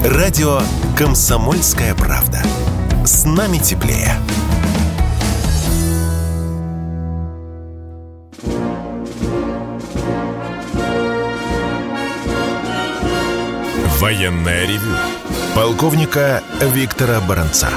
Радио «Комсомольская правда». С нами теплее. Военное ревю полковника Виктора Баранца.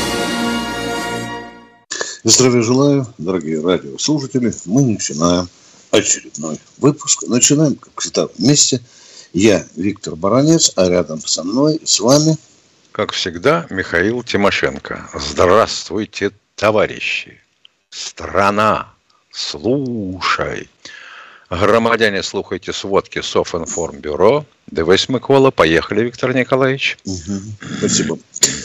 Здравия желаю, дорогие радиослушатели. Мы начинаем очередной выпуск. Начинаем, как всегда, вместе. Я Виктор Баранец, а рядом со мной, с вами, как всегда, Михаил Тимошенко. Здравствуйте, товарищи! Страна, слушай! Громадяне, слухайте сводки Софинформбюро. Дивись, Микола. Поехали, Виктор Николаевич. Спасибо.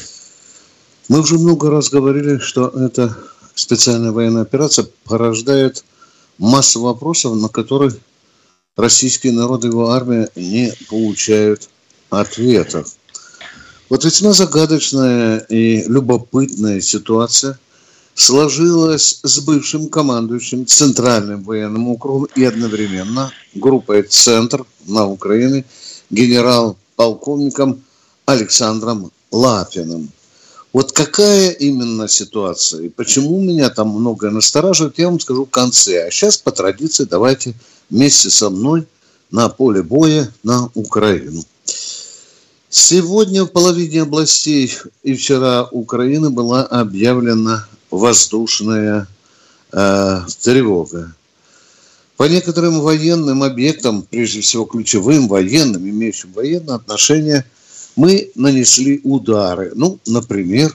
Мы уже много раз говорили, что эта специальная военная операция порождает массу вопросов, на которые российский народ и его армия не получают ответов. Вот весьма загадочная и любопытная ситуация сложилась с бывшим командующим Центральным военным округом и одновременно группой «Центр» на Украине генерал-полковником Александром Лапиным. Вот какая именно ситуация и почему меня там многое настораживает, я вам скажу в конце. А сейчас, по традиции, давайте вместе со мной на поле боя на Украину. Сегодня в половине областей и вчера Украины была объявлена воздушная тревога. По некоторым военным объектам, прежде всего ключевым военным, имеющим военное отношение, мы нанесли удары. Ну, например,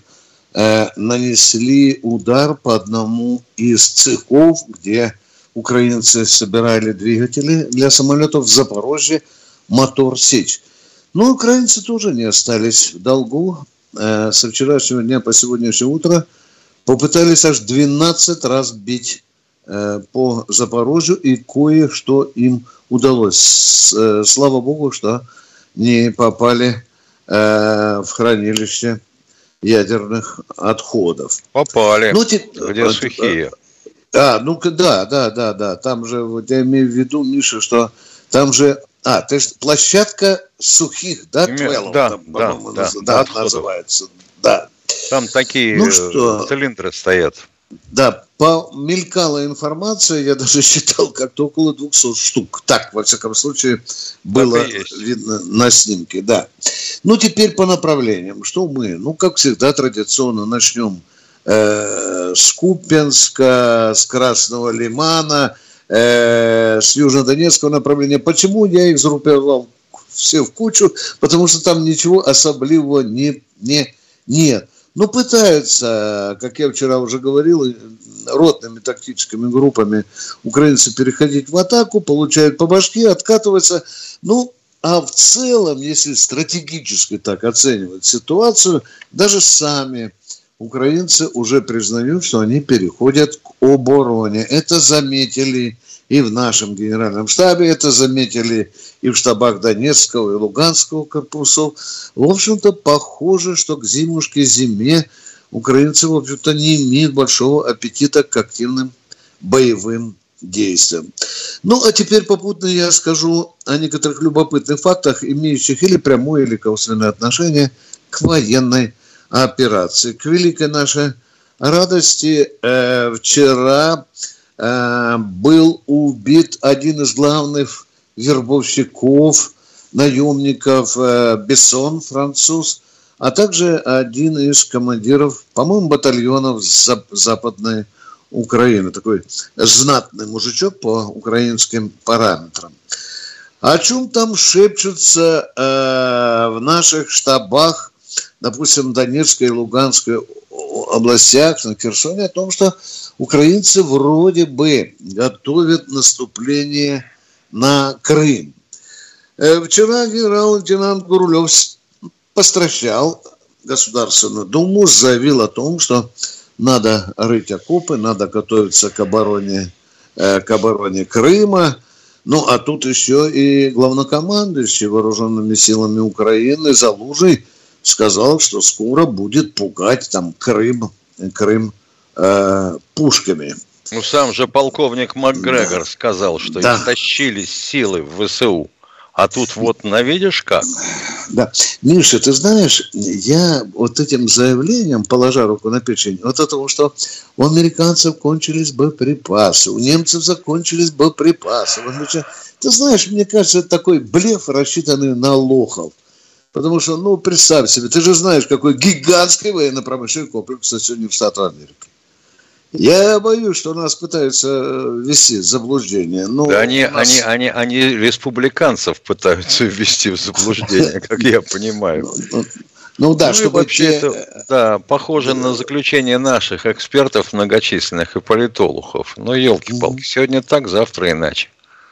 нанесли удар по одному из цехов, где украинцы собирали двигатели для самолетов в Запорожье, мотор «Сечь». Но украинцы тоже не остались в долгу. Со вчерашнего дня по сегодняшнее утро попытались аж 12 раз бить по Запорожью, и кое-что им удалось. Слава богу, что не попали в хранилище ядерных отходов. Попали, где сухие. Да. Там же, вот я имею в виду, Миша, что там же... то есть площадка сухих, да? Да, называется. Да. Там такие цилиндры стоят. Да, помелькала информация, я даже считал, как-то около 200 штук. Так, во всяком случае, было видно на снимке, да. Ну, теперь по направлениям. Что мы? Ну, как всегда, традиционно начнем с Купянска, с Красного Лимана, с Южнодонецкого направления. Почему я их сгруппировал все в кучу? Потому что там ничего особливого нет. Но пытаются, как я вчера уже говорил, ротными тактическими группами украинцы переходить в атаку, получают по башке, откатываются. Ну, а в целом, если стратегически так оценивать ситуацию, даже сами украинцы уже признают, что они переходят к обороне. Это заметили и в нашем генеральном штабе, это заметили и в штабах Донецкого и Луганского корпусов. В общем-то, похоже, что к зиме украинцы, в общем-то, не имеют большого аппетита к активным боевым действиям. Ну, а теперь попутно я скажу о некоторых любопытных фактах, имеющих или прямое, или косвенное отношение к военной операции. К великой нашей радости вчера был убит один из главных вербовщиков, наемников Бессон, француз, а также один из командиров, по-моему, батальонов Западной Украины. Такой знатный мужичок по украинским параметрам. О чем там шепчутся в наших штабах, допустим, в Донецкой и Луганской областях, на Херсоне, о том, что украинцы вроде бы готовят наступление на Крым. Вчера генерал-лейтенант Гурулев постращал Государственную Думу, заявил о том, что надо рыть окопы, надо готовиться к обороне Крыма. Ну, а тут еще и главнокомандующий вооруженными силами Украины Залужный сказал, что скоро будет пугать там Крым пушками. Ну, сам же полковник Макгрегор сказал, что истощились силы в ВСУ. А тут вот навидишь как? Да. Миша, ты знаешь, я вот этим заявлением, положа руку на печень, вот о том, что у американцев кончились боеприпасы, у немцев закончились боеприпасы. Ты знаешь, мне кажется, это такой блеф, рассчитанный на лохов. Потому что, представь себе, ты же знаешь, какой гигантский военно-промышленный комплекс сегодня в Штатах Америки. Я боюсь, что нас пытаются ввести в заблуждение. Да они республиканцев пытаются ввести в заблуждение, как я понимаю. Чтобы вообще это похоже на заключение наших экспертов многочисленных и политологов. Елки-палки, сегодня так, завтра иначе.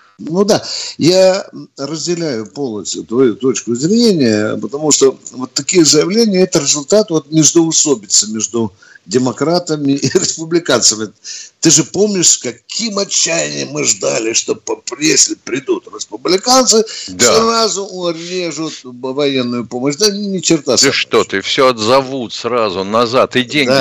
Я разделяю полностью твою точку зрения, потому что вот такие заявления – это результат междоусобицы между демократами и республиканцами. Ты же помнишь, с каким отчаянием мы ждали, что если придут республиканцы, сразу режут военную помощь. Да ни черта. Ты что, ты все отзовут сразу назад, и деньги.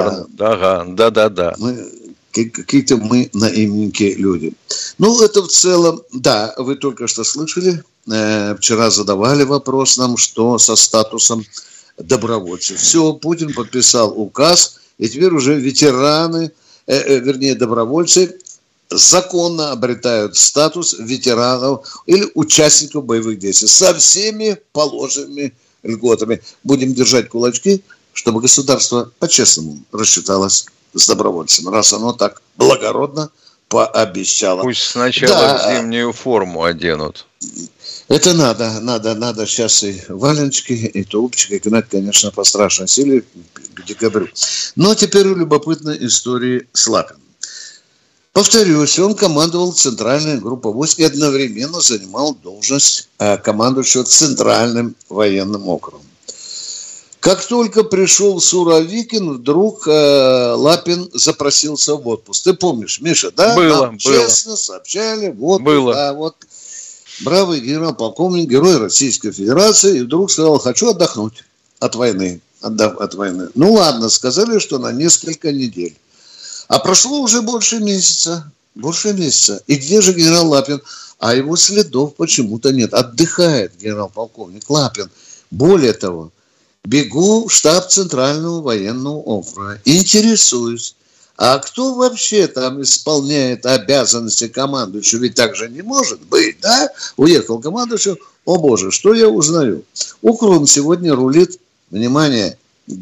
Да. Какие-то мы наивненькие люди. Это в целом, вы только что слышали, вчера задавали вопрос нам, что со статусом добровольцев. Все, Путин подписал указ, и теперь уже ветераны, добровольцы законно обретают статус ветеранов или участников боевых действий со всеми положенными льготами. Будем держать кулачки, чтобы государство по-честному рассчиталось с добровольцами, раз оно так благородно пообещало. Пусть сначала зимнюю форму оденут. Это надо сейчас и валеночки, и тулупчики гнать, конечно, по страшной силе к декабрю. Но теперь любопытная история с Лапиным. Повторюсь, он командовал центральной группой войск и одновременно занимал должность командующего Центральным военным округом. Как только пришел Суровикин, вдруг Лапин запросился в отпуск. Ты помнишь, Миша, да? Было. Честно сообщали. Было. Бравый генерал-полковник, герой Российской Федерации, и вдруг сказал: хочу отдохнуть от войны. Ладно, сказали, что на несколько недель. А прошло уже больше месяца. И где же генерал Лапин? А его следов почему-то нет. Отдыхает генерал-полковник Лапин. Более того, бегу в штаб Центрального военного округа. Интересуюсь, а кто вообще там исполняет обязанности командующего? Ведь так же не может быть, да? Уехал командующий. О боже, что я узнаю? Округом сегодня рулит, внимание,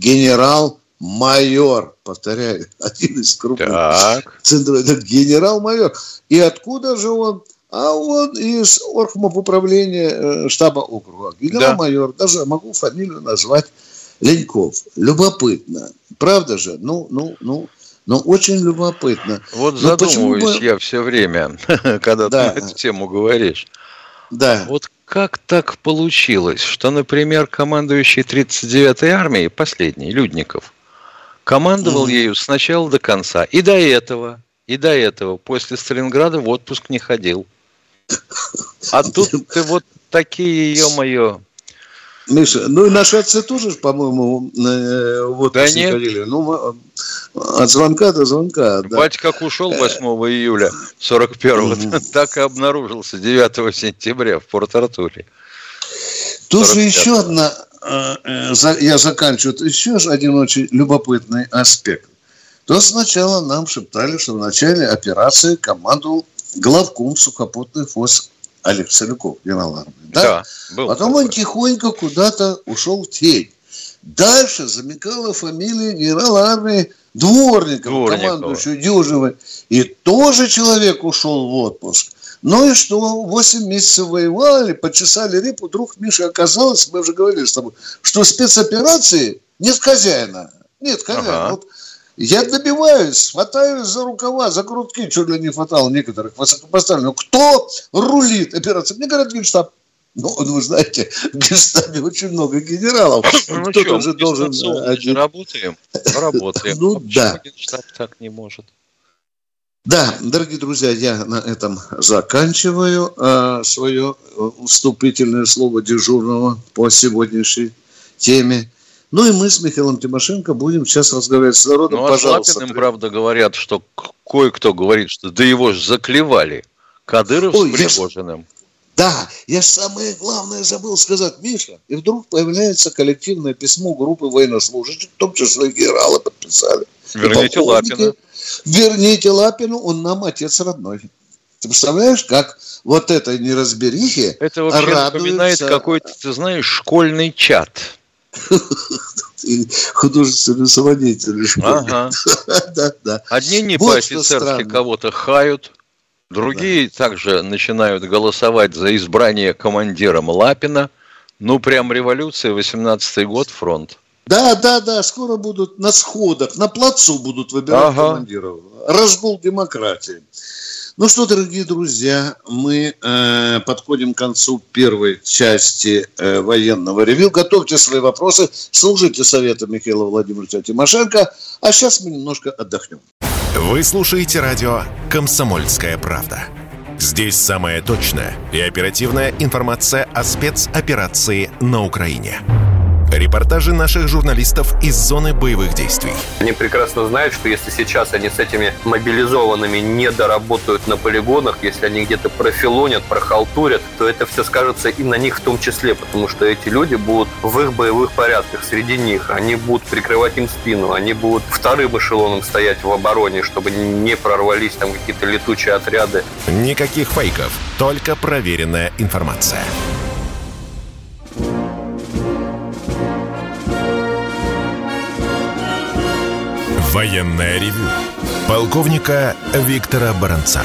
генерал-майор. Повторяю, один из крупных центральных. Генерал-майор. И откуда же он? А он из оргмоуправления штаба округа. Генерал-майор. Даже могу фамилию назвать. Леньков. Любопытно. Правда же? Очень любопытно. Задумываюсь я все время, когда ты на эту тему говоришь. Да. Вот как так получилось, что, например, командующий 39-й армией, последний, Людников, командовал ею с начала до конца. И до этого после Сталинграда в отпуск не ходил. А тут ты вот такие, ё-моё. Миша, и наши отцы тоже, по-моему, в отпуск не ходили. От звонка до звонка. Батя как ушел 8 июля 41-го, так и обнаружился 9 сентября в Порт-Артуре. Тут же еще одна, я заканчиваю, еще один очень любопытный аспект. То сначала нам шептали, что в начале операции командовал главком сухопутных войск Олег Соляков, генерал армии. Да, был. Потом он тихонько куда-то ушел в тень. Дальше замелькала фамилия генерала армии Дворникова, командующего Дюжевой. И тоже человек ушел в отпуск. Ну и что? 8 месяцев воевали, почесали репу. Вдруг, Миша, оказалось, мы уже говорили с тобой, что спецоперации нет хозяина. Нет хозяина. Вот я добиваюсь, хватаюсь за рукава, за грудки, чуть ли не хватало некоторых высокопоставленных. Кто рулит операцией? Мне говорят, Генштаб. Вы знаете, в Генштабе очень много генералов. Кто-то же должен... Работаем. Да. Генштаб так не может. Да, дорогие друзья, я на этом заканчиваю свое вступительное слово дежурного по сегодняшней теме. И мы с Михаилом Тимошенко будем сейчас разговаривать с народом. А с Лапиным, правда, говорят, что кое-кто говорит, что да его же заклевали. Кадыров с Пригожиным. Да, я самое главное забыл сказать, Миша. И вдруг появляется коллективное письмо группы военнослужащих, в том числе генералы подписали. Верните Лапина. Верните Лапину, он нам отец родной. Ты представляешь, как вот этой неразберихе это вообще радуется... напоминает какой-то, ты знаешь, школьный чат. Художественный самодеятельный. Ага. Да. Одни не по-офицерски кого-то хают, другие также начинают голосовать за избрание командиром Лапина. Ну, прям революция, 18-й год, фронт. Да, скоро будут на сходах, на плацу будут выбирать командиров. Разгул демократии. Ну что, дорогие друзья, мы подходим к концу первой части военного ревью. Готовьте свои вопросы, слушайте советы Михаила Владимировича Тимошенко, а сейчас мы немножко отдохнем. Вы слушаете радио «Комсомольская правда». Здесь самая точная и оперативная информация о спецоперации на Украине. Репортажи наших журналистов из зоны боевых действий. Они прекрасно знают, что если сейчас они с этими мобилизованными не доработают на полигонах, если они где-то профилонят, прохалтурят, то это все скажется и на них в том числе, потому что эти люди будут в их боевых порядках среди них, они будут прикрывать им спину, они будут вторым эшелоном стоять в обороне, чтобы не прорвались там какие-то летучие отряды. Никаких фейков, только проверенная информация. Военное ревю полковника Виктора Баранца.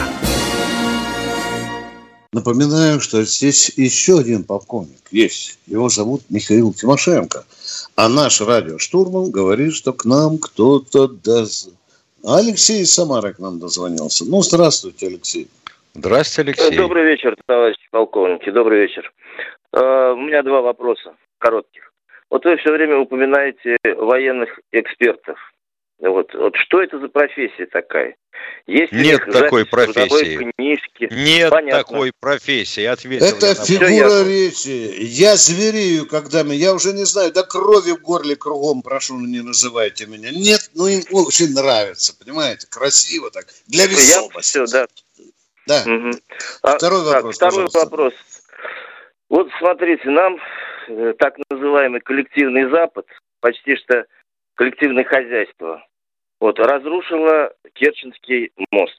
Напоминаю, что здесь еще один полковник есть. Его зовут Михаил Тимошенко. А наш радиоштурман говорит, что к нам кто-то Алексей из Самары к нам дозвонился. Ну, здравствуйте, Алексей. Здравствуйте, Алексей. Добрый вечер, товарищи полковники. Добрый вечер. У меня два вопроса коротких. Вот вы все время упоминаете военных экспертов. Вот что это за профессия такая? Есть нет такой профессии. Книжки? Нет такой профессии. Ответил это фигура речи. Я зверею, когда я уже не знаю, до крови в горле кругом, прошу, не называйте меня. Нет, им очень нравится, понимаете, красиво так, для весомости. Да. Угу. Второй вопрос. Вот смотрите, нам так называемый коллективный Запад, почти что коллективное хозяйство, разрушило Керченский мост.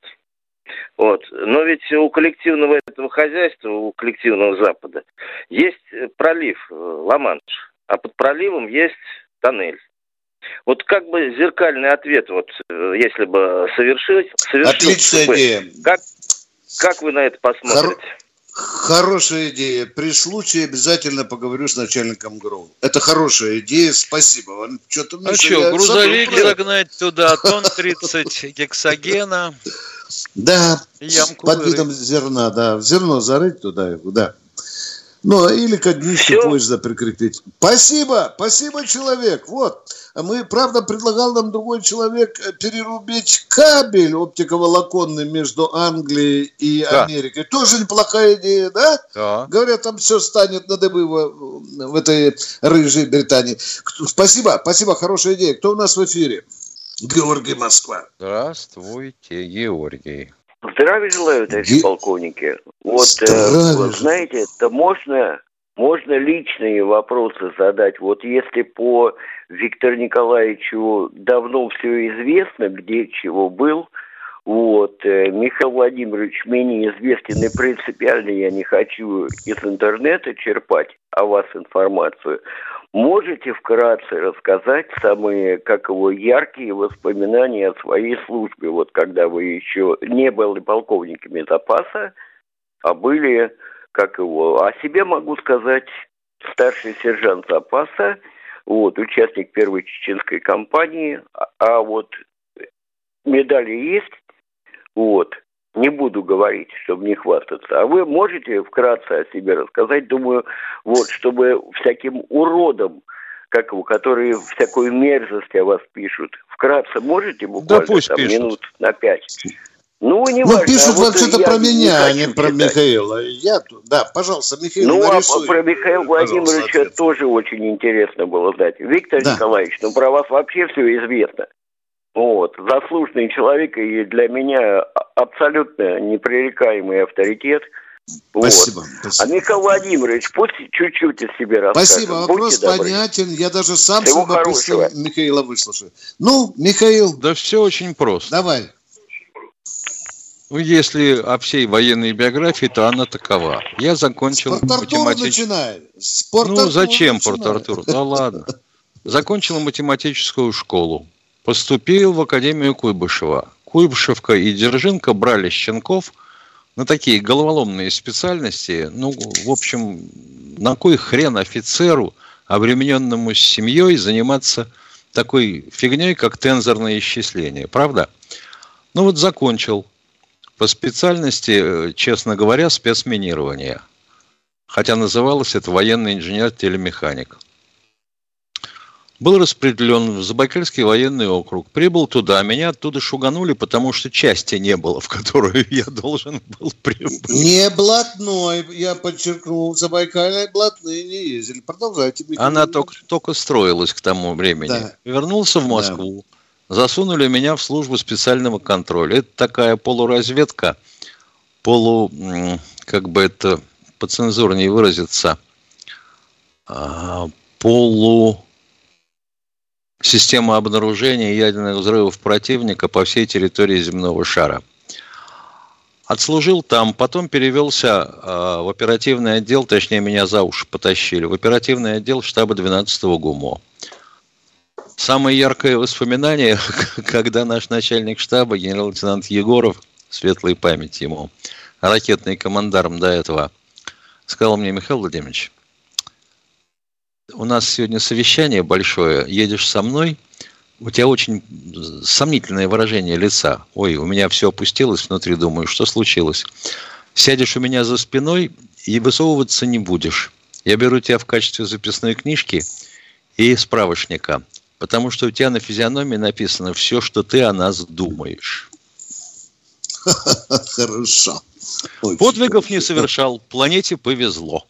Но ведь у коллективного этого хозяйства, у коллективного Запада, есть пролив Ла-Манш, а под проливом есть тоннель. Как бы зеркальный ответ, если бы совершился. Отличная идея. Как вы на это посмотрите? Хорошая идея. При случае обязательно поговорю с начальником ГРУ. Это хорошая идея, спасибо. Грузовик загнать туда, тонн 30 гексогена. Да, под видом зерна, да. Зерно зарыть туда его, да. Или к днищу поезда прикрепить. Спасибо, человек. Мы, правда, предлагал нам другой человек перерубить кабель оптиковолоконный между Англией и Америкой. Тоже неплохая идея, да? Да. Говорят, там все станет на дыбы в этой рыжей Британии. Спасибо, хорошая идея. Кто у нас в эфире? Георгий, Москва. Здравствуйте, Георгий. Здравия желаю, товарищи полковники. Знаете, это можно личные вопросы задать. Если по Виктору Николаевичу давно все известно, где чего был, Михаил Владимирович менее известен, и принципиально я не хочу из интернета черпать о вас информацию. Можете вкратце рассказать самые, яркие воспоминания о своей службе, когда вы еще не были полковниками запаса, а были, о себе могу сказать, старший сержант запаса, участник первой чеченской кампании, медали есть, не буду говорить, чтобы не хвастаться. А вы можете вкратце о себе рассказать? Думаю, чтобы всяким уродам, которые всякую мерзость о вас пишут, вкратце можете буквально минут на 5? Неважно. Пишут вообще-то про меня, а не про Михаила. Пожалуйста, Михаил, нарисуй. Про Михаила Владимировича тоже очень интересно было знать. Виктор Николаевич, про вас вообще все известно. Заслуженный человек и для меня абсолютно непререкаемый авторитет. Спасибо. Вот. Спасибо. А Михаил Владимирович, пусть чуть-чуть о себе расскажет. Спасибо, вопрос понятен. Я даже сам с любопытством Михаила выслушаю. Ну, Михаил. Да все очень просто. Давай. Ну, если о всей военной биографии, то она такова. Я закончил математическую... Ну, зачем Порт-Артур? Да ладно. Закончил математическую школу. Поступил в Академию Куйбышева. Куйбышевка и Дзержинка брали щенков на такие головоломные специальности. Ну, в общем, на кой хрен офицеру, обремененному семьей, заниматься такой фигней, как тензорное исчисление. Правда? Ну, вот закончил. По специальности, честно говоря, спецминирование. Хотя называлось это военный инженер-телемеханик. Был распределен в Забайкальский военный округ. Прибыл туда. Меня оттуда шуганули, потому что части не было, в которую я должен был прибыть. Не блатной, я подчеркнул. В Забайкалье блатные не ездили. Продолжайте. Она только строилась к тому времени. Да. Вернулся в Москву. Да. Засунули меня в службу специального контроля. Это такая полуразведка, как бы это поцензурнее выразиться, система обнаружения ядерных взрывов противника по всей территории земного шара. Отслужил там, потом перевелся в оперативный отдел, точнее, меня за уши потащили, в оперативный отдел штаба 12-го ГУМО. Самое яркое воспоминание, когда наш начальник штаба, генерал-лейтенант Егоров, светлая память ему, ракетный командарм до этого, сказал мне: Михаил Владимирович, у нас сегодня совещание большое, едешь со мной, у тебя очень сомнительное выражение лица. Ой, у меня все опустилось внутри, думаю, что случилось? Сядешь у меня за спиной и высовываться не будешь. Я беру тебя в качестве записной книжки и справочника. Потому что у тебя на физиономии написано все, что ты о нас думаешь. Хорошо. Подвигов не совершал, планете повезло.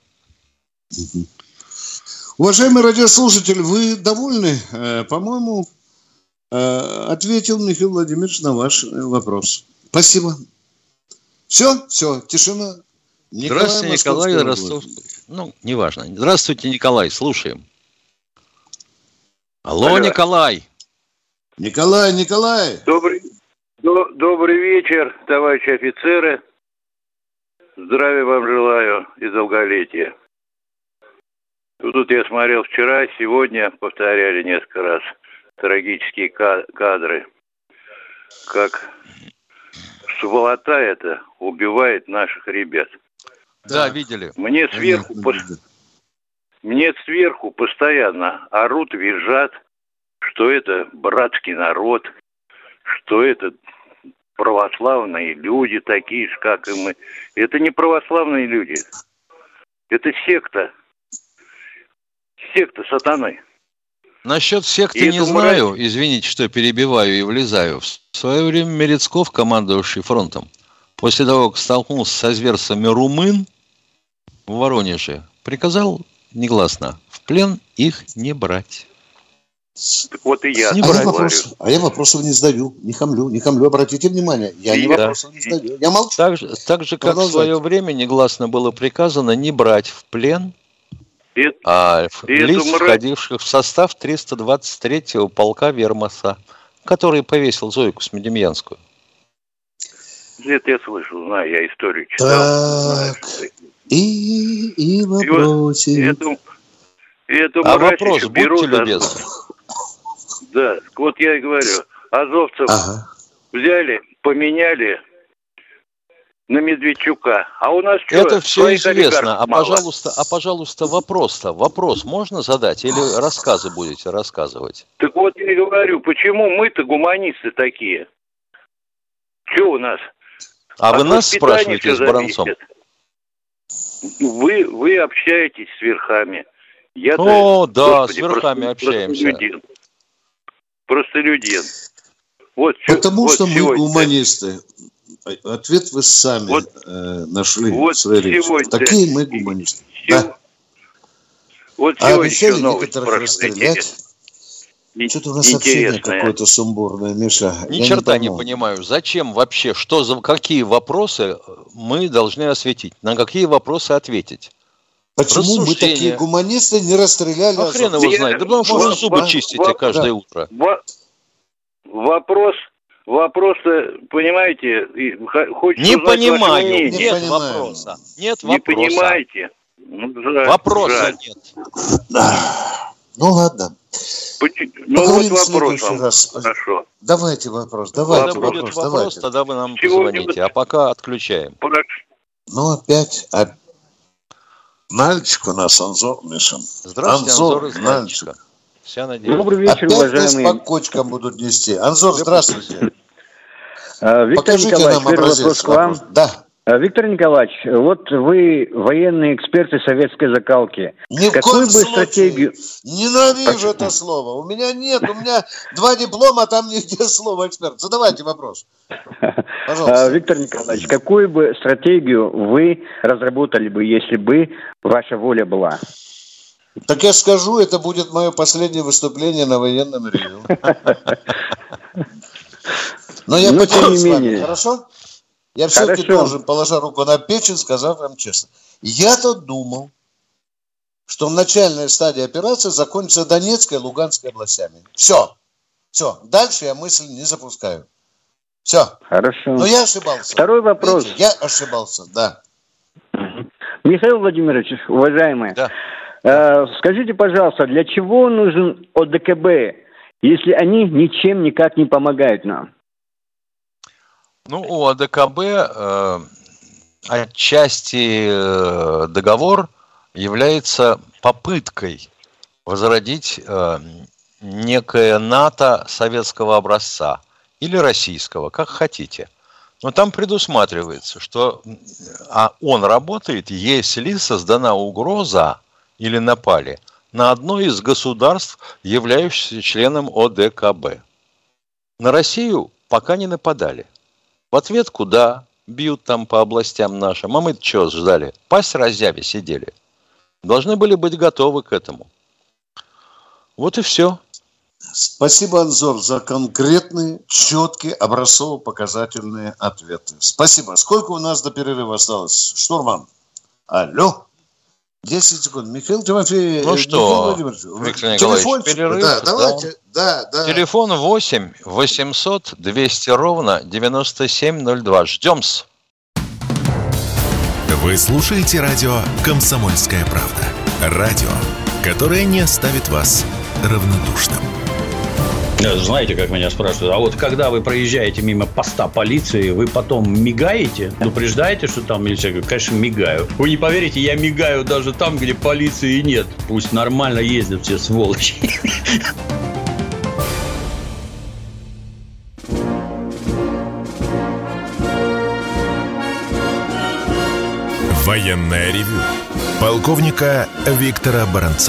Уважаемый радиослушатель, вы довольны? По-моему, ответил Михаил Владимирович на ваш вопрос. Спасибо. Все, тишина. Здравствуйте, Николай, Ростов. Ну, неважно. Здравствуйте, Николай, слушаем. Алло, Николай. Николай. Добрый вечер, товарищи офицеры. Здравия вам желаю и долголетия. Тут я смотрел вчера, сегодня повторяли несколько раз трагические кадры. Как сволота это убивает наших ребят. Да, видели. Мне сверху постоянно орут, визжат, что это братский народ, что это православные люди такие же, как и мы. Это не православные люди. Это секта. Секта сатаны. Насчет секты не знаю. Извините, что перебиваю и влезаю. В свое время Мерецков, командовавший фронтом, после того, как столкнулся со зверствами румын в Воронеже, приказал негласно в плен их не брать. Вот и я. Я вопросов не задаю, не хамлю. Обратите внимание, вопросов не задаю. Я молчу. Так же, как в свое время негласно было приказано не брать в плен лиц, входивших в состав 323-го полка Вермаса, который повесил Зойку Смедемьянскую. Это я слышал, знаю, я историю читал. Так, и вопросик. А вопрос, будьте любезны. Да, вот я и говорю, азовцев взяли, поменяли на Медведчука. А у нас что? Это все известно. Пожалуйста, вопрос можно задать или рассказы будете рассказывать? Так вот я и говорю, почему мы-то гуманисты такие? Что у нас? А вы нас спрашиваете с Баранцом? Вы общаетесь с верхами. С верхами общаемся. Простолюдин. Потому что мы гуманисты. Ответ вы сами нашли в своей речи. Такие мы гуманисты. Да. Обещали некоторых расстрелять. Что-то у нас сообщение какое-то сумбурное, Миша. Ни черта не понимаю. Зачем вообще? Какие вопросы мы должны осветить? На какие вопросы ответить? Почему мы такие гуманисты не расстреляли? А хрен его знает. Да потому что вы зубы чистите каждое утро. Вопрос, понимаете, хочется не понимаю. Нет вопроса. Нет не вопроса. Понимаете? Вопроса нет. Ну ладно. Вот вопрос вам. Раз. Хорошо. Давайте вопрос. Когда будет вопрос, тогда вы нам позвоните. А пока отключаем. Ну опять. Нальчик у нас, Анзор, Миша. Здравствуйте, Анзор из Нальчика. Вся надежда. Добрый вечер, опять уважаемые. Опять по кочкам будут нести. Анзор, здравствуйте. Виктор Покажите Николаевич, нам первый вопрос к вам. Да. Виктор Николаевич, вот вы военный эксперт из советской закалки. Ни в коем случае. Ненавижу это слово. У меня 2 диплома, а там нигде слово эксперт. Задавайте вопрос. Пожалуйста. Виктор Николаевич, какую бы стратегию вы разработали бы, если бы ваша воля была? Так я скажу, это будет мое последнее выступление на военном ревью. Но я поделюсь с вами, хорошо? Я все-таки должен, положа руку на печень, сказать вам честно. Я-то думал, что начальная стадия операции закончится Донецкой и Луганской областями. Все. Дальше я мысль не запускаю. Все. Хорошо. Но я ошибался. Второй вопрос. Видите, я ошибался, да. Михаил Владимирович, уважаемый. Да. Скажите, пожалуйста, для чего нужен ОДКБ, если они ничем никак не помогают нам? У ОДКБ отчасти договор является попыткой возродить некое НАТО советского образца или российского, как хотите. Но там предусматривается, что он работает, если создана угроза или напали на одно из государств, являющихся членом ОДКБ. На Россию пока не нападали. В ответ куда? Бьют там по областям нашим. А мы что ждали? Пасть разъяве сидели. Должны были быть готовы к этому. Вот и все. Спасибо, Анзор, за конкретные, четкие, образцово-показательные ответы. Спасибо. Сколько у нас до перерыва осталось? Штурман. Алло. 10 секунд. Михаил Тимофеевич. Ну что, Виктор Николаевич, перерыв. Да, давайте. Да. Телефон 8 800 200 ровно 9702. Ждем-с. Вы слушаете радио «Комсомольская правда». Радио, которое не оставит вас равнодушным. Знаете, как меня спрашивают, а вот когда вы проезжаете мимо поста полиции, вы потом мигаете? Предупреждаете, что там милиция? Я говорю, конечно, мигаю. Вы не поверите, я мигаю даже там, где полиции нет. Пусть нормально ездят все сволочи. Военное ревю полковника Виктора Баранца.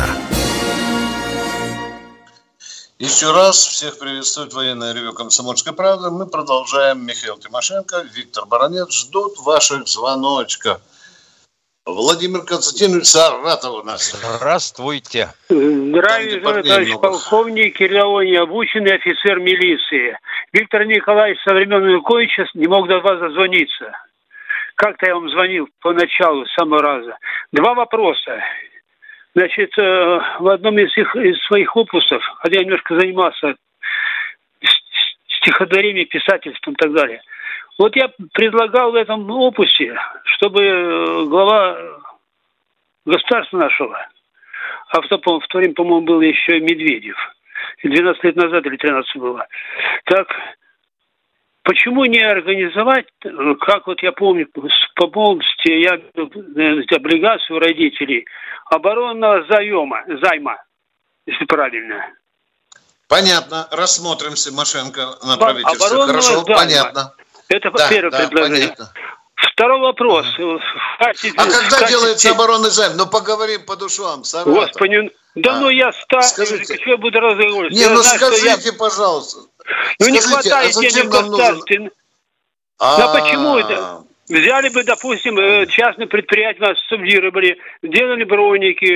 Еще раз всех приветствует военное ревю «Комсомольской правды». Мы продолжаем. Михаил Тимошенко, Виктор Баранец ждут ваших звоночков. Владимир Константинович Саратов у нас. Здравствуйте. Здравия желаю, товарищ полковник, Кириллович, обученный офицер милиции. Виктор Николаевич со времен Януковича не мог до вас дозвониться. Как-то я вам звонил поначалу, с самого раза. 2 вопроса. Значит, в одном из своих опусов, хотя я немножко занимался стихотворением, писательством и так далее. Вот я предлагал в этом опусе, чтобы глава государства нашего, а в то время, по-моему, был еще Медведев, 12 лет назад или 13 было. Так, почему не организовать, как вот я помню, по молодости я облигацию родителей оборонного займа, если правильно. Понятно. Рассмотрим Симошенко на правительстве. Хорошо, займа. Понятно. Это первое предложение. Понятно. Второй вопрос. Когда делается оборонный займ? Ну, поговорим по душам, Саратов. Господи, я старый, что я буду разговаривать? Скажите, пожалуйста. Не хватает денег в государстве. А почему это? Взяли бы, допустим, частные предприятия, нас субсидировали, делали броники,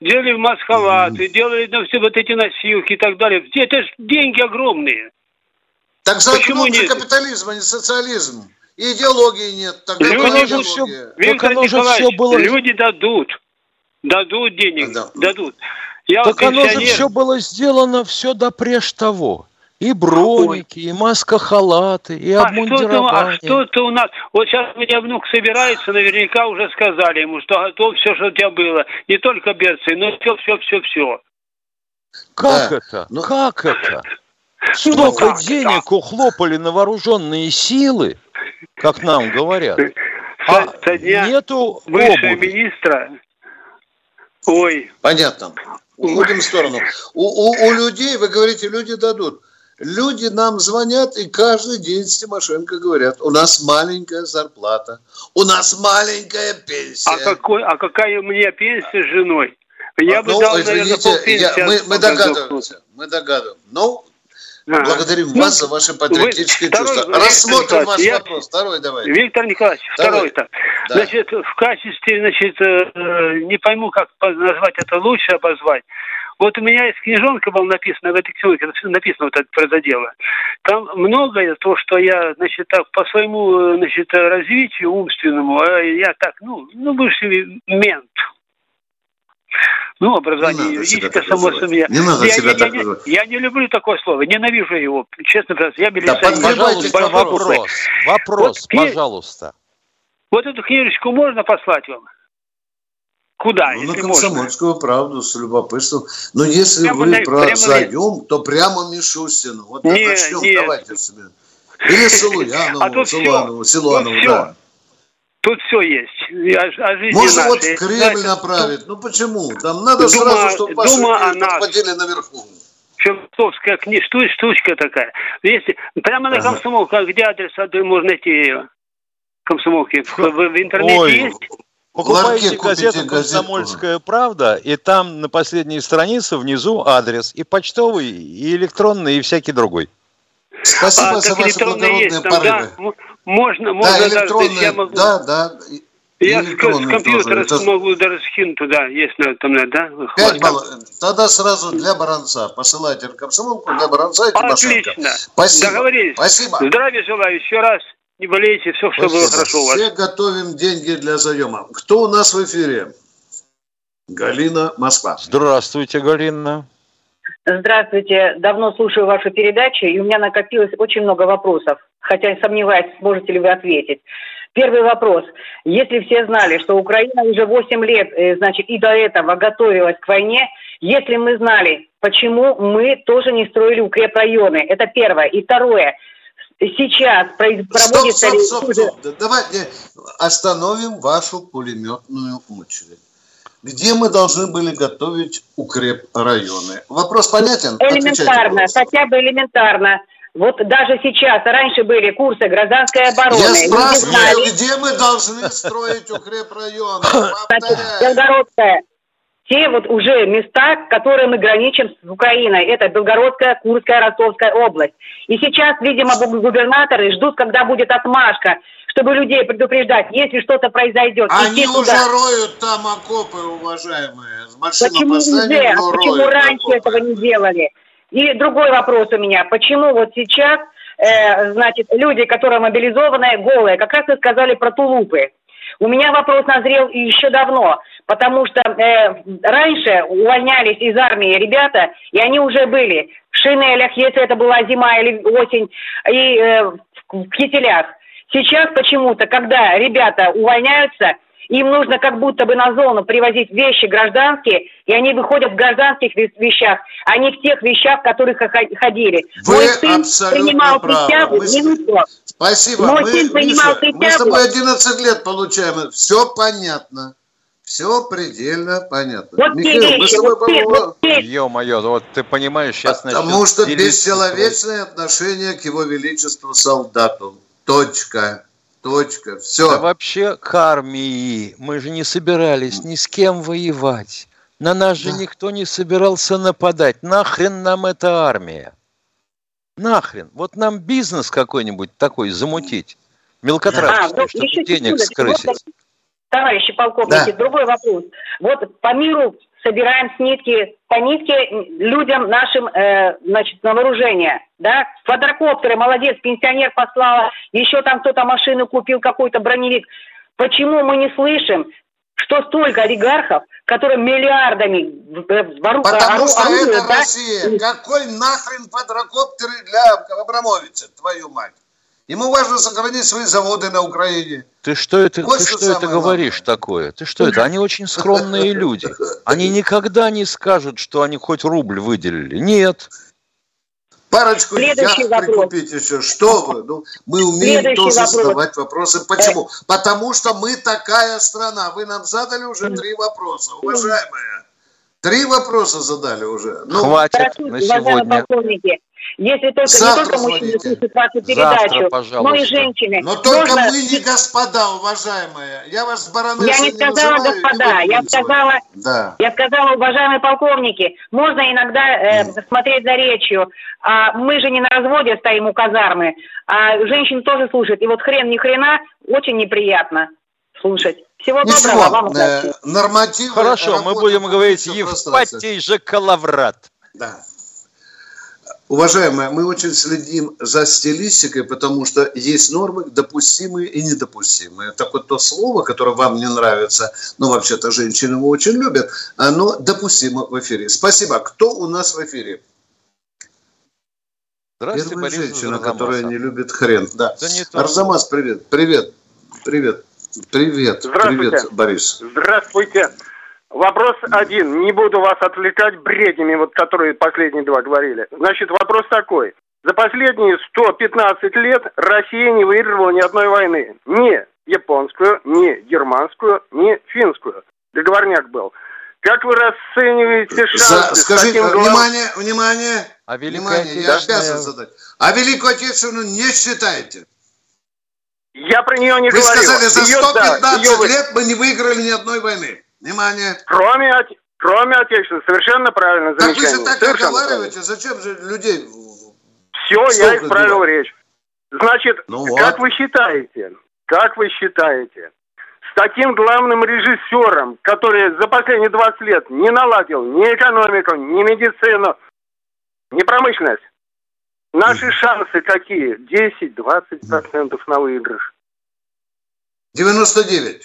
делали маск-халаты, делали все вот эти носилки и так далее. Это же деньги огромные. Так за окном же капитализм, а не социализм. И идеологии нет. Тогда Виктор Николаевич, люди дадут денег, дадут. Так оно же все было сделано все допреж того. И броники, и маска-халаты, и обмундирование. Что-то у нас... Вот сейчас у меня внук собирается, наверняка уже сказали ему, что готов все, что у тебя было. Не только берцы, но все. Как это? Как это? Столько денег ухлопали на вооруженные силы, как нам говорят. Со дня нету бывшего обуви. Министра... Ой. Понятно. Уходим в сторону. У людей, вы говорите, люди дадут. Люди нам звонят и каждый день с Тимошенко говорят, у нас маленькая зарплата, у нас маленькая пенсия. А какая у меня пенсия с женой? Я бы дал, наверное, полпенсии. Мы догадываемся. Ну, благодарим вас за ваши патриотические чувства. Рассмотрим ваш вопрос. Второй давайте. Виктор Николаевич, второй-то. Да. Значит, в качестве, не пойму, как назвать это, лучше обозвать. Вот у меня есть книжонка была написана, в этой книжонке написано вот это про это дело. Там многое то, что я, так, по своему, развитию умственному, я так, бывший мент. Образование юридическое, само собой. Не надо себя так называть. Я не люблю такое слово, ненавижу его. Честно говоря, я милиционер. Вопрос, пожалуйста. Вот эту книжечку можно послать вам? Куда, на «Комсомольскую правду» с любопытством. Но если вы про заем, то прямо Мишустину. Вот начнем, давайте себе. Или Силуанову, да. Тут все есть. Можно вот в Кремль направить. Почему? Там надо сразу, чтобы ваши подпадили наверху. Философская штучка такая. Если прямо на Комсомолку, где адрес можно найти ее? Комсомолки в интернете есть? Покупайте газету «Комсомольская правда», и там на последней странице внизу адрес. И почтовый, и электронный, и всякий другой. Спасибо за ваши благородные порывы. Да? Можно даже, я могу... Да. Я с компьютера могу даже скинуть туда, если там надо, да? 5 баллов. Тогда сразу для Баранца. Посылайте в Комсомолку для Баранца и Тимошенко. Отлично. Спасибо. Договорились. Спасибо. Здравия желаю еще раз. Не болейте, все, что было хорошо у вас. Все готовим деньги для заема. Кто у нас в эфире? Галина, Москва. Здравствуйте, Галина. Здравствуйте. Давно слушаю вашу передачу, и у меня накопилось очень много вопросов. Хотя сомневаюсь, сможете ли вы ответить. Первый вопрос. Если все знали, что Украина уже 8 лет, и до этого готовилась к войне, если мы знали, почему мы тоже не строили укрепрайоны? Это первое. И второе. Сейчас проводится... Стоп. Давайте остановим вашу пулеметную очередь. Где мы должны были готовить укрепрайоны? Вопрос понятен? Элементарно, хотя бы элементарно. Вот даже сейчас, раньше были курсы гражданской обороны. Я спрашиваю, где мы должны строить укрепрайоны? Белгородская. Те вот уже места, которые мы граничим с Украиной. Это Белгородская, Курская, Ростовская область. И сейчас, видимо, губернаторы ждут, когда будет отмашка, чтобы людей предупреждать, если что-то произойдет. Они уже роют там окопы, уважаемые. Почему раньше этого не делали? И другой вопрос у меня. Почему вот сейчас, люди, которые мобилизованы, голые, как раз вы сказали про тулупы. У меня вопрос назрел еще давно, потому что раньше увольнялись из армии ребята, и они уже были в шинелях, если это была зима или осень, и в кителях. Сейчас почему-то, когда ребята увольняются, им нужно как будто бы на зону привозить вещи гражданские, и они выходят в гражданских вещах, а не в тех вещах, в которых ходили. Вы абсолютно правы. Спасибо. Мы с тобой 11 лет получаем. Все понятно. Все предельно понятно. Вот Михаил, мы с тобой... Ё-моё, вот ты понимаешь, сейчас начнём... Потому что бесчеловечное отношение к его величеству солдату. Точка. Все. Да вообще к армии мы же не собирались ни с кем воевать. На нас же никто не собирался нападать. Нахрен нам эта армия? Нахрен? Вот нам бизнес какой-нибудь такой замутить. Мелкотравочный, чтобы денег скрысить. Товарищи полковники, другой вопрос. Вот по миру собираем с нитки по нитке людям нашим, на вооружение, да? Квадрокоптеры, молодец, пенсионер послала, еще там кто-то машину купил, какой-то броневик. Почему мы не слышим, что столько олигархов, которые миллиардами воруют? Потому что это Россия. Какой нахрен квадрокоптеры для Абрамовича, твою мать? Ему важно сохранить свои заводы на Украине. Ты что это говоришь такое? Ты что это? Они очень скромные люди. Они никогда не скажут, что они хоть рубль выделили. Нет. Парочку яхт прикупить еще. Что вы? Ну, мы умеем тоже задавать вопросы. Почему? Потому что мы такая страна. Вы нам задали уже 3 вопроса, уважаемые. 3 вопроса задали уже. Ну, хватит на сегодня. Если только не только мужчины слушают вашу передачу, но и женщины. Но только мы не господа, уважаемые. Я вас баронесса не сказала называю, господа, я сказала, уважаемые полковники, можно иногда смотреть за речью. Мы же не на разводе стоим у казармы, а женщины тоже слушают. И вот хрен ни хрена очень неприятно слушать. Всего доброго вам, удачи. Нормативы. Хорошо, мы будем говорить Евпатий же Калаврат. Да. Уважаемые, мы очень следим за стилистикой, потому что есть нормы допустимые и недопустимые. Так вот, то слово, которое вам не нравится, ну, вообще-то, женщины его очень любят, оно допустимо в эфире. Спасибо. Кто у нас в эфире? Здравствуйте, Первая Борис женщина, Арзамаса. которая не любит хрен. Да. Арзамас, привет. Привет, Борис. Здравствуйте. Вопрос один. Не буду вас отвлекать бреднями, вот которые последние 2 говорили. Значит, вопрос такой. За последние 115 лет Россия не выиграла ни одной войны. Ни японскую, ни германскую, ни финскую. Договорняк был. Как вы расцениваете шансы? Скажите, внимание. Внимание, я обязан задать. А Великую Отечественную не считаете? Я про нее не говорю. Вы сказали, за 115 лет мы не выиграли ни одной войны. Внимание. Кроме Отечественной. Совершенно правильно. Так вы же так разговариваете. Зачем же людей... Все, я исправил речь. Значит, как вы считаете, с таким главным режиссером, который за последние 20 лет не наладил ни экономику, ни медицину, ни промышленность, наши шансы какие? 10-20% на выигрыш. 99.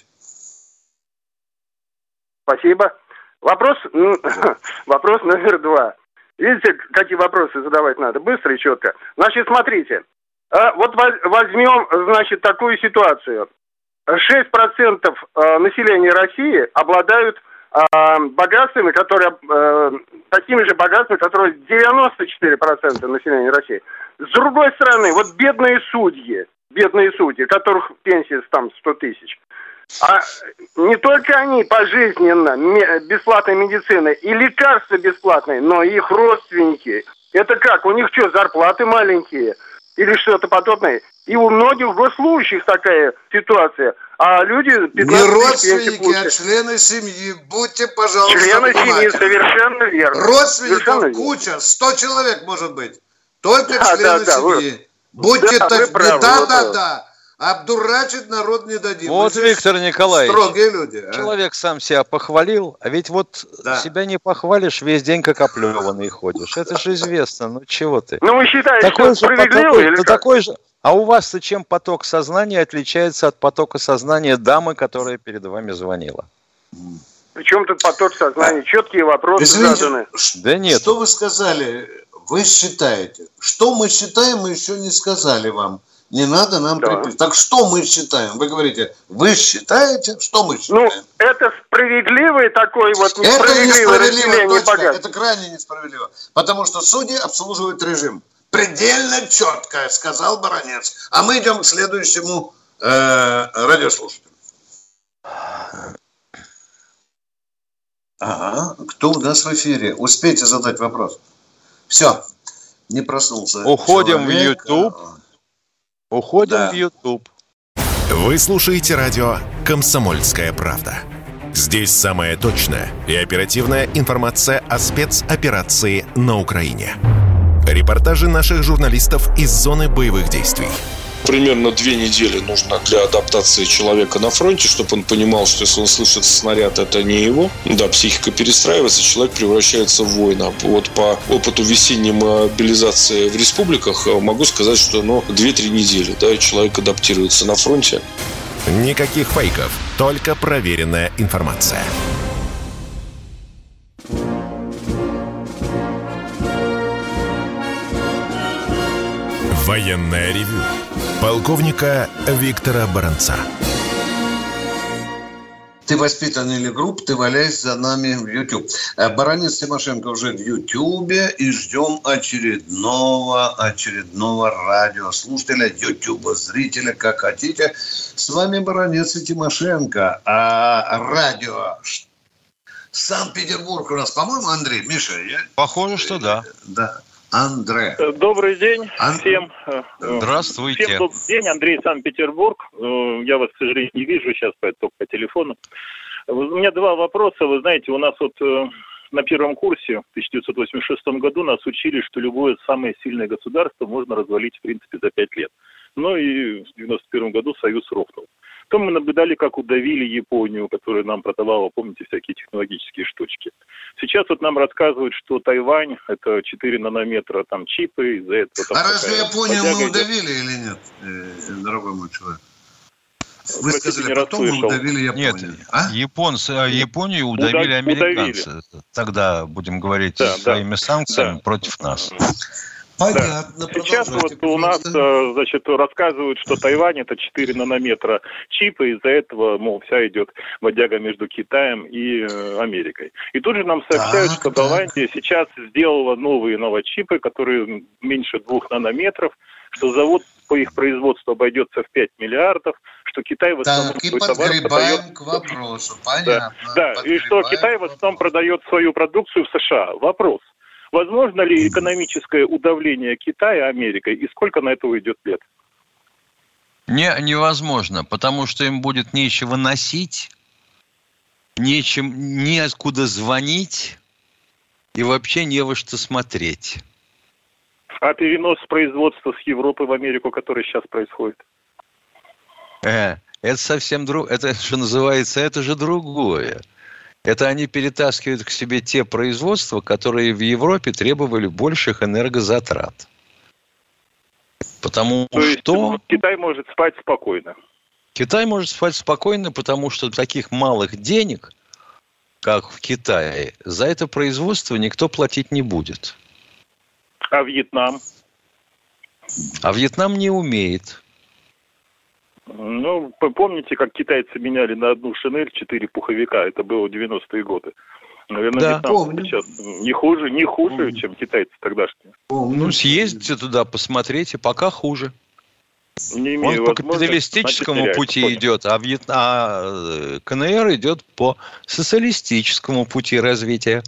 Спасибо. Вопрос номер 2. Видите, какие вопросы задавать надо? Быстро и четко. Значит, смотрите. Вот возьмем, значит, такую ситуацию. 6% населения России обладают богатствами, такими же богатствами, которые 94% населения России. С другой стороны, вот бедные судьи, которых пенсия там 100 тысяч, а не только они пожизненно бесплатной медицины и лекарства бесплатные, но и их родственники. Это как? У них что, зарплаты маленькие? Или что-то подобное? И у многих госслужащих такая ситуация. А люди... Не родственники, а члены семьи. Будьте, пожалуйста, члены семьи, совершенно верно. Родственников куча, 100 человек может быть. Только члены семьи. Будьте так... Да. Обдурачить народ не дадим. Вот, Виктор Николаевич, строгие люди. Человек сам себя похвалил, а ведь вот себя не похвалишь, весь день как оплеванный ходишь. Это же известно, ну чего ты? Ну вы считаете, что справедливо или как? Такой же. А у вас-то чем поток сознания отличается от потока сознания дамы, которая перед вами звонила? Причем тут поток сознания? Четкие вопросы заданы. Да нет. Что вы сказали? Вы считаете. Что мы считаем, мы еще не сказали вам. Не надо нам приписывать. Так что мы считаем? Вы говорите, вы считаете, что мы считаем? Ну, это справедливый такой вот несправедливое разделение богатства. Это крайне несправедливо. Потому что судьи обслуживают режим. Предельно четко, сказал баронец. А мы идем к следующему радиослушателю. Ага, кто у нас в эфире? Успейте задать вопрос. Все, не проснулся. Уходим в YouTube. В YouTube. Вы слушаете радио «Комсомольская правда». Здесь самая точная и оперативная информация о спецоперации на Украине. Репортажи наших журналистов из зоны боевых действий. Примерно 2 недели нужно для адаптации человека на фронте, чтобы он понимал, что если он слышит снаряд, это не его. Да, психика перестраивается, человек превращается в воина. Вот по опыту весенней мобилизации в республиках могу сказать, что 2-3 недели, да, и человек адаптируется на фронте. Никаких фейков, только проверенная информация. Военное ревю полковника Виктора Баранца. Ты воспитан или груб, ты валяйся за нами в YouTube. Баранец Тимошенко уже в YouTube, и ждем очередного радиослушателя, YouTube, зрителя, как хотите. С вами Баранец и Тимошенко. А радио Санкт-Петербург у нас, по-моему, Андрей, Миша? Похоже, что да. Да. Андрей. Добрый день всем. Здравствуйте. Всем добрый день, Андрей, Санкт-Петербург. Я вас, к сожалению, не вижу сейчас, поэтому только по телефону. У меня 2 вопроса. Вы знаете, у нас на первом курсе в 1986 году нас учили, что любое самое сильное государство можно развалить, в принципе, за 5 лет. Ну и в 1991 году Союз рухнул. Потом мы наблюдали, как удавили Японию, которая нам продавала, помните, всякие технологические штучки. Сейчас нам рассказывают, что Тайвань – это 4 нанометра там чипы. Из-за этого, разве Японию мы удавили или нет, дорогой мой человек? Вы сказали, потом мы удавили Японию. Нет, Японию удавили американцы. Тогда, будем говорить, своими санкциями против нас. Понятно. Да. Сейчас у нас, рассказывают, что Тайвань это 4 нанометра чипа, из-за этого, вся идет бодяга между Китаем и Америкой. И тут же нам сообщают, что Голландия сейчас сделала новые новочипы, которые меньше 2 нанометров, что завод по их производству обойдется в 5 миллиардов, что Китай в основном свой товар продает... к вопросу, понятно. Да, и что Китай в основном продает свою продукцию в США. Вопрос. Возможно ли экономическое удавление Китая Америкой, и сколько на это уйдет лет? Невозможно, потому что им будет нечего носить, неоткуда звонить и вообще не во что смотреть. А перенос производства с Европы в Америку, который сейчас происходит? Это совсем другое. Это, что называется, это же другое. Это они перетаскивают к себе те производства, которые в Европе требовали больших энергозатрат. Потому что... Китай может спать спокойно. Китай может спать спокойно, потому что таких малых денег, как в Китае, за это производство никто платить не будет. А Вьетнам? А Вьетнам не умеет. Помните, как китайцы меняли на одну шинель 4 пуховика? Это было в 90-е годы. Наверное, Вьетнам сейчас не хуже, чем китайцы тогдашние. Съездите туда, посмотрите, пока хуже. Он по капиталистическому пути идет, а КНР идет по социалистическому пути развития.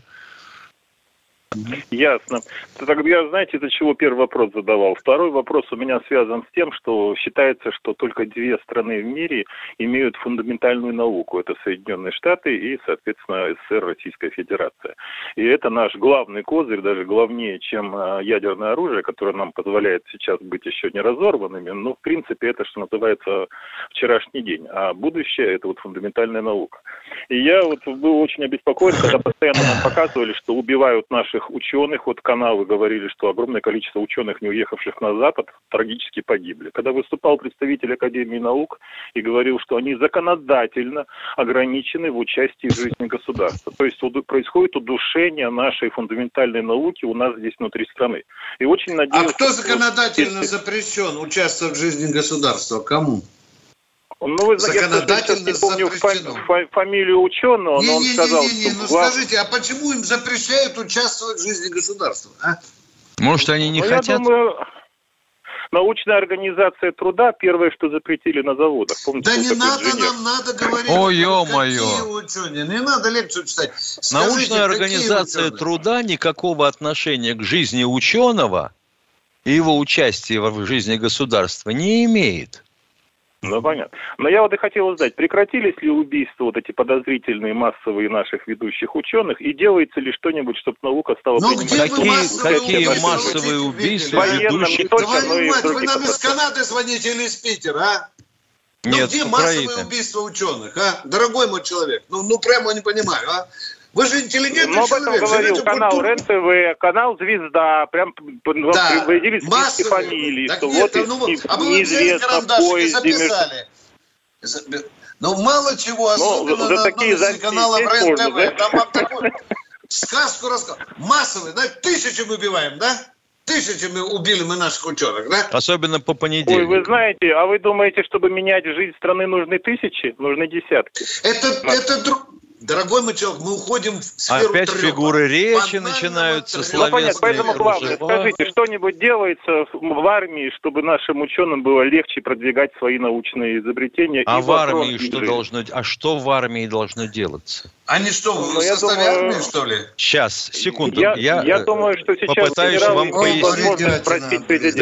Ясно. Тогда, знаете, из-за чего первый вопрос задавал? Второй вопрос у меня связан с тем, что считается, что только 2 страны в мире имеют фундаментальную науку. Это Соединенные Штаты и, соответственно, СССР, Российская Федерация. И это наш главный козырь, даже главнее, чем ядерное оружие, которое нам позволяет сейчас быть еще не разорванными. Но, в принципе, это, что называется, вчерашний день. А будущее – это фундаментальная наука. И я был очень обеспокоен, когда постоянно нам показывали, что убивают наших ученых. Каналы говорили, что огромное количество ученых, не уехавших на Запад, трагически погибли. Когда выступал представитель Академии наук и говорил, что они законодательно ограничены в участии в жизни государства. То есть происходит удушение нашей фундаментальной науки у нас здесь внутри страны. И очень надеюсь... А кто законодательно запрещен участвовать в жизни государства? Кому? Вы законодательно я не помню фамилию ученого, но он сказал, что... скажите, а почему им запрещают участвовать в жизни государства? Может, они не хотят? Я думаю, научная организация труда первое, что запретили на заводах. Помните, не надо, нам надо говорить. Ой, ё-моё. Не надо лекцию читать. Научная организация труда никакого отношения к жизни ученого и его участия в жизни государства не имеет. Ну, понятно. Но я вот и хотел узнать, прекратились ли убийства, вот эти подозрительные массовые наших ведущих ученых, и делается ли что-нибудь, чтобы наука стала принимать... Какие массовые убийства ведущих? Вы нам из Канады звоните или из Питера, а? Нет, где массовые убийства ученых, а? Дорогой мой человек, ну прямо не понимаю, а? Вы же интеллигентный человек. Но об этом говорил канал РЕН-ТВ, канал «Звезда». Прям приводили списки фамилий. Так что нет, вот неизвестно, в поезде... Ну, мало чего, особенно на одном из каналов РЕН-ТВ. Там вам такую сказку рассказывают. Массовые, да? Тысячами убиваем, да? Тысячами убили мы наших ученых, да? Особенно по понедельникам. Ой, вы знаете, а вы думаете, чтобы менять жизнь страны, нужны тысячи? Нужны десятки. Дорогой мой человек, мы уходим в сферу опять трёпа. Фигуры речи начинаются, словесные. Понятно, поэтому главное, скажите, что-нибудь делается в армии, чтобы нашим ученым было легче продвигать свои научные изобретения? А в армии что должно... А что в армии должно делаться? Они что, в составе армии, что ли? Сейчас, секунду. Я думаю, что сейчас попытаюсь вам пояснить. Спросить президента. Да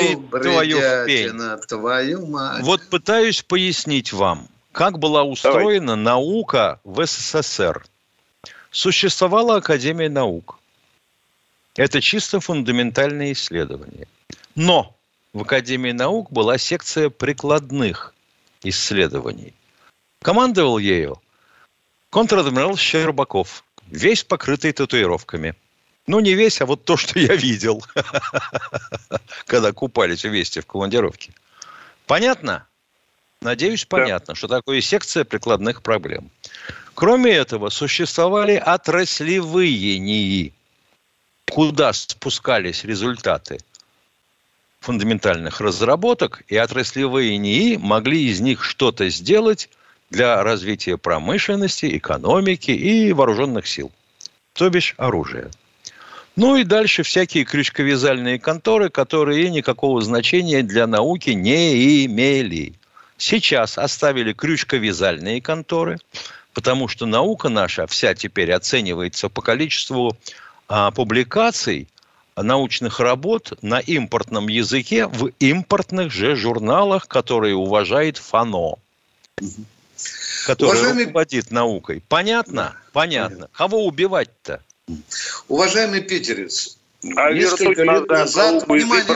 ядрить твою мать. Вот пытаюсь пояснить вам. Как была устроена наука в СССР? Существовала Академия наук. Это чисто фундаментальные исследования. Но в Академии наук была секция прикладных исследований. Командовал ею контр-адмирал Щербаков, весь покрытый татуировками. Ну, не весь, а вот то, что я видел, когда купались вместе в командировке. Понятно? Надеюсь, понятно, что такое секция прикладных проблем. Кроме этого, существовали отраслевые НИИ, куда спускались результаты фундаментальных разработок, и отраслевые НИИ могли из них что-то сделать для развития промышленности, экономики и вооруженных сил, то бишь оружия. Ну и дальше всякие крючковязальные конторы, которые никакого значения для науки не имели. Сейчас оставили крючковязальные конторы, потому что наука наша вся теперь оценивается по количеству публикаций, научных работ на импортном языке в импортных же журналах, которые уважает ФАНО, который руководит наукой. Понятно? Понятно. Кого убивать-то? Уважаемый питерец, несколько лет назад...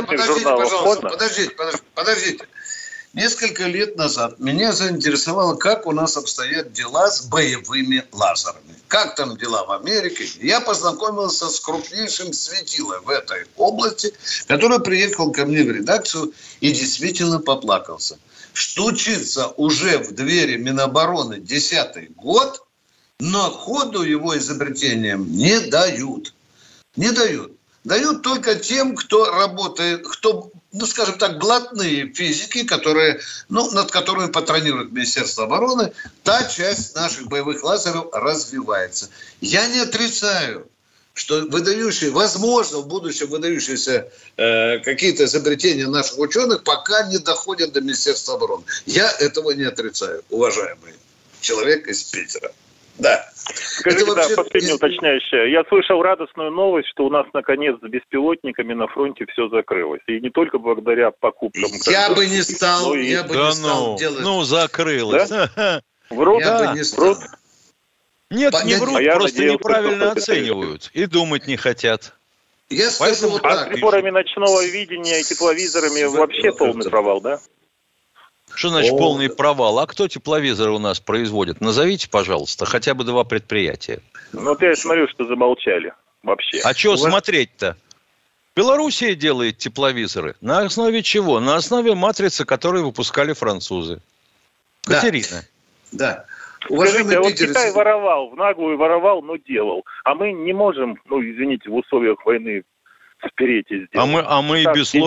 Подождите. Несколько лет назад меня заинтересовало, как у нас обстоят дела с боевыми лазерами. Как там дела в Америке? Я познакомился с крупнейшим светилом в этой области, который приехал ко мне в редакцию и действительно поплакался. Стучится уже в двери Минобороны 10-й год, но ходу его изобретениям не дают. Не дают. Дают только тем, кто работает, кто, скажем так, блатные физики, которые, над которыми патронирует Министерство обороны, та часть наших боевых лазеров развивается. Я не отрицаю, что возможно, в будущем выдающиеся какие-то изобретения наших ученых пока не доходят до Министерства обороны. Я этого не отрицаю, уважаемый человек из Питера. Да. Скажите, последнее уточняющее. Я слышал радостную новость, что у нас наконец с беспилотниками на фронте все закрылось. И не только благодаря покупкам. Я бы не стал делать. Закрылось. Да? Врут? Врут? Нет, не врут, просто неправильно оценивают. И думать не хотят. Я скажу вот так. А с приборами ночного видения и тепловизорами вообще полный провал, да? Что значит полный провал? А кто тепловизоры у нас производит? Назовите, пожалуйста, хотя бы 2 предприятия. Вот я смотрю, что замолчали вообще. А что смотреть-то? Белоруссия делает тепловизоры. На основе чего? На основе матрицы, которую выпускали французы. Катерина. Да. Скажите, вот Китай воровал, в наглую воровал, но делал. А мы не можем, извините, в условиях войны спереть и сделать. А мы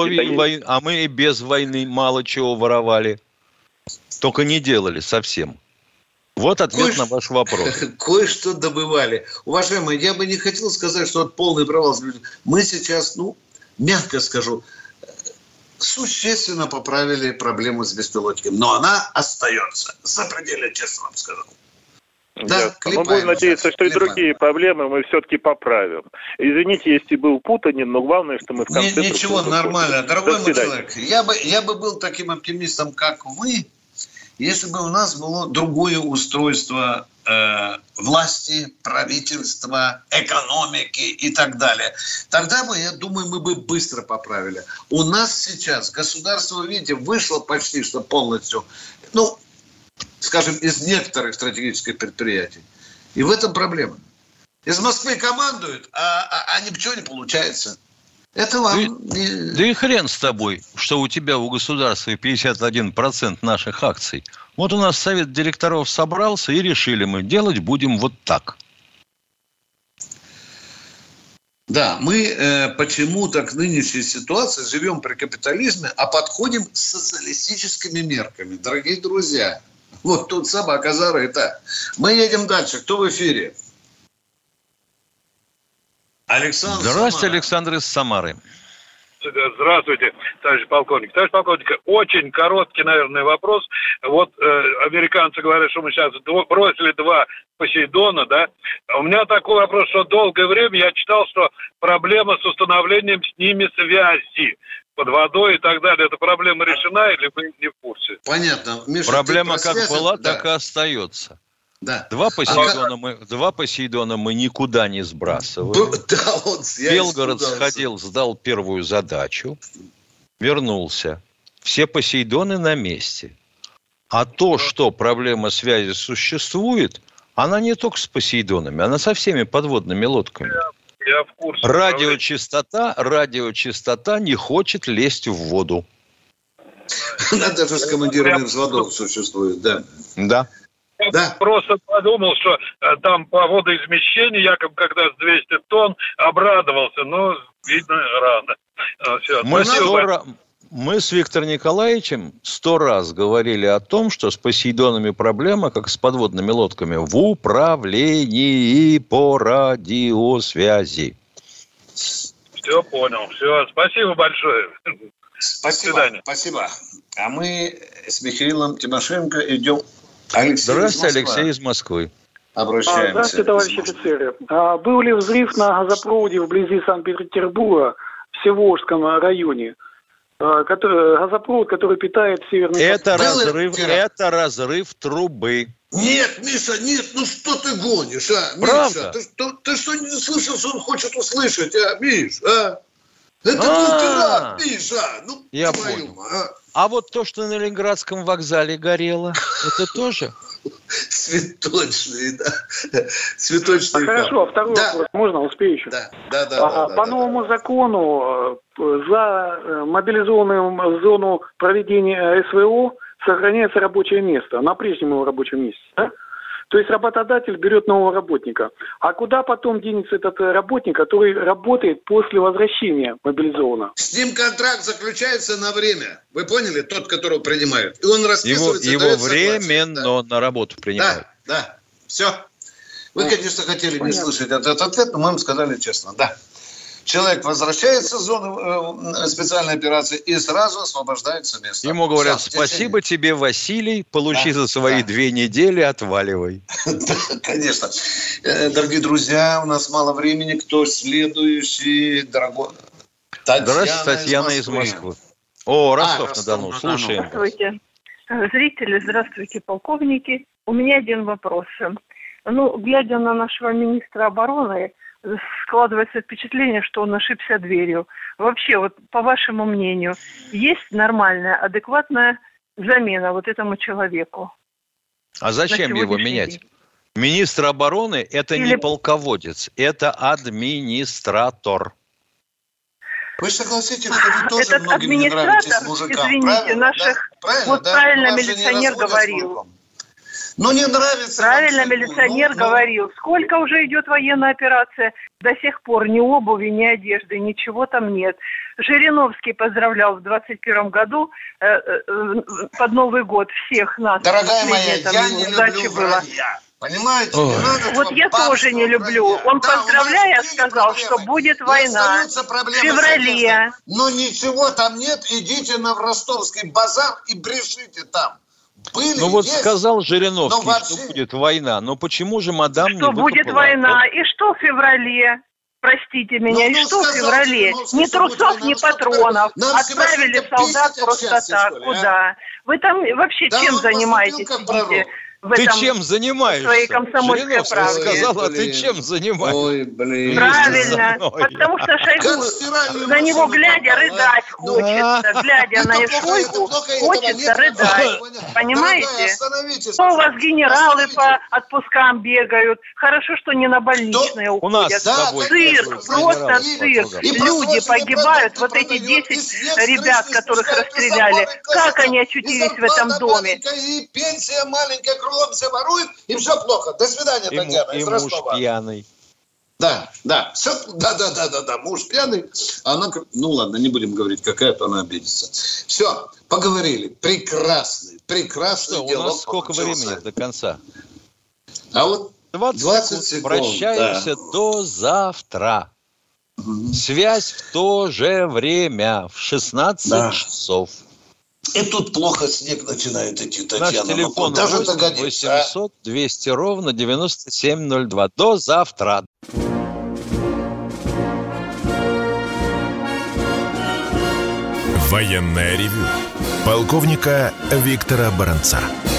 и без войны мало чего воровали. Только не делали совсем. Вот ответ на ваш вопрос. Кое-что добывали. Уважаемые, я бы не хотел сказать, что это полный провал. Мы сейчас, мягко скажу, существенно поправили проблему с беспилотниками. Но она остается. Запредельно честно вам сказал. Да, мы будем надеяться, что и другие проблемы мы все-таки поправим. Извините, если был путанин, но главное, что мы в конце... Ничего, нормально. Дорогой мой человек, я бы был таким оптимистом, как вы, если бы у нас было другое устройство власти, правительства, экономики и так далее, тогда бы, я думаю, мы бы быстро поправили. У нас сейчас государство, видите, вышло почти что полностью, скажем, из некоторых стратегических предприятий. И в этом проблема. Из Москвы командуют, а ничего не получается. Это вам... Да и хрен с тобой, что у тебя у государства 51% наших акций. Вот у нас совет директоров собрался, и решили мы, делать будем вот так. Да, мы почему-то к нынешней ситуации живем при капитализме, а подходим с социалистическими мерками. Дорогие друзья, вот тут собака зарыта. Мы едем дальше. Кто в эфире? Александр. Здравствуйте, Самара. Александр из Самары. Здравствуйте, товарищ полковник. Товарищ полковник, очень короткий, наверное, вопрос. Вот американцы говорят, что мы сейчас бросили 2 Посейдона, да? У меня такой вопрос, что долгое время я читал, что проблема с установлением с ними связи под водой и так далее. Эта проблема решена или вы не в курсе? Понятно. Миша, проблема как была, так и остается. Да. 2 Посейдона мы никуда не сбрасываем. Белгород сходил, сдал первую задачу, вернулся. Все Посейдоны на месте. А то, что проблема связи существует, она не только с Посейдонами, она со всеми подводными лодками. Я в курсе. Радиочастота не хочет лезть в воду. Она даже с командирами взводов существует, да. Да. Я просто подумал, что там по водоизмещению, якобы когда с 200 тонн, обрадовался, но, видно, рано. Все, мы с Виктором Николаевичем 100 раз говорили о том, что с Посейдонами проблема, как с подводными лодками, в управлении по радиосвязи. Все понял. Все, спасибо большое. Спасибо. А мы с Михаилом Тимошенко идем... Здравствуйте, Алексей из Москвы. Обращаемся. Здравствуйте, товарищи офицеры. Был ли взрыв на газопроводе вблизи Санкт-Петербурга в Всеволожском районе? Газопровод, который питает Северный... Это разрыв трубы. Нет, Миша, нет, что ты гонишь, а? Правда? Миша, ты что не слышал, что он хочет услышать, а, Миш, а? Это был пират, Миша, я понял. А вот то, что на Ленинградском вокзале горело, это тоже? Цветочный, да. Цветочный. Хорошо, второй вопрос. Можно, успею еще? Да. По новому закону за мобилизованную зону проведения СВО сохраняется рабочее место на прежнем его рабочем месте. Да? То есть работодатель берет нового работника. А куда потом денется этот работник, который работает после возвращения мобилизованного? С ним контракт заключается на время. Вы поняли? Тот, которого принимают. И он расписывается. Его временно на работу принимают. Да. Все. Вы, конечно, хотели не слышать этот ответ, но мы вам сказали честно. Да. Человек возвращается с зоны специальной операции и сразу освобождается место. Ему говорят: спасибо тебе, Василий, получи за свои 2 недели, отваливай. Да, конечно. Дорогие друзья, у нас мало времени. Кто следующий? Дорогой. Здравствуйте, Татьяна из Москвы. Ростов-на-Дону. Слушаем. Здравствуйте. Зрители, здравствуйте, полковники. У меня один вопрос. Глядя на нашего министра обороны, складывается впечатление, что он ошибся дверью. Вообще, вот по вашему мнению, есть нормальная, адекватная замена вот этому человеку? А зачем его менять? Министр обороны – это не полководец, это администратор. Вы согласитесь, что вы тоже многим не нравитесь мужикам. Извините, правильно милиционер говорил. Не нравится. Правильно милиционер говорил. Сколько уже идет военная операция? До сих пор ни обуви, ни одежды, ничего там нет. Жириновский поздравлял в 2021 году под Новый год всех нас. Дорогая моя, я не люблю вранья. Понимаете? Вот я тоже не люблю. Он, поздравляя, сказал, что будет война в феврале. Но ничего там нет. Идите на Ростовский базар и брешите там. Сказал Жириновский, что будет война. Но почему же мадам что не будет война? И что в феврале? простите меня, и что в феврале? Ни трусов, ни патронов. Отправили солдат просто так. Куда? Вы там вообще чем занимаетесь? Сидите? Ты чем занимаешься? Своей комсомольской правде. Сказала, ты чем занимаешься? Ой, блин. Правильно. Потому что Шойгу, на него глядя, рыдать хочется. Глядя на Шойгу, хочется рыдать. Понимаете? Что у вас генералы по отпускам бегают? Хорошо, что не на больничные уходят. Цирк, просто цирк. Люди погибают. Вот эти 10 ребят, которых расстреляли. Как они очутились в этом доме? И пенсия маленькая, все воруют, и все плохо. До свидания, Татьяна. И муж пьяный. Да, все, да, муж пьяный. Она, ну ладно, не будем говорить, какая, то она обидится. Все, поговорили. Прекрасный что, диалог. У нас сколько времени до конца? А вот 20 секунд. Прощаемся до завтра. Связь в то же время, в 16 часов. И тут плохо снег начинает идти, Наш Татьяна. телефон даже 800-200-97-02. До завтра. Военное ревю полковника Виктора Баранца.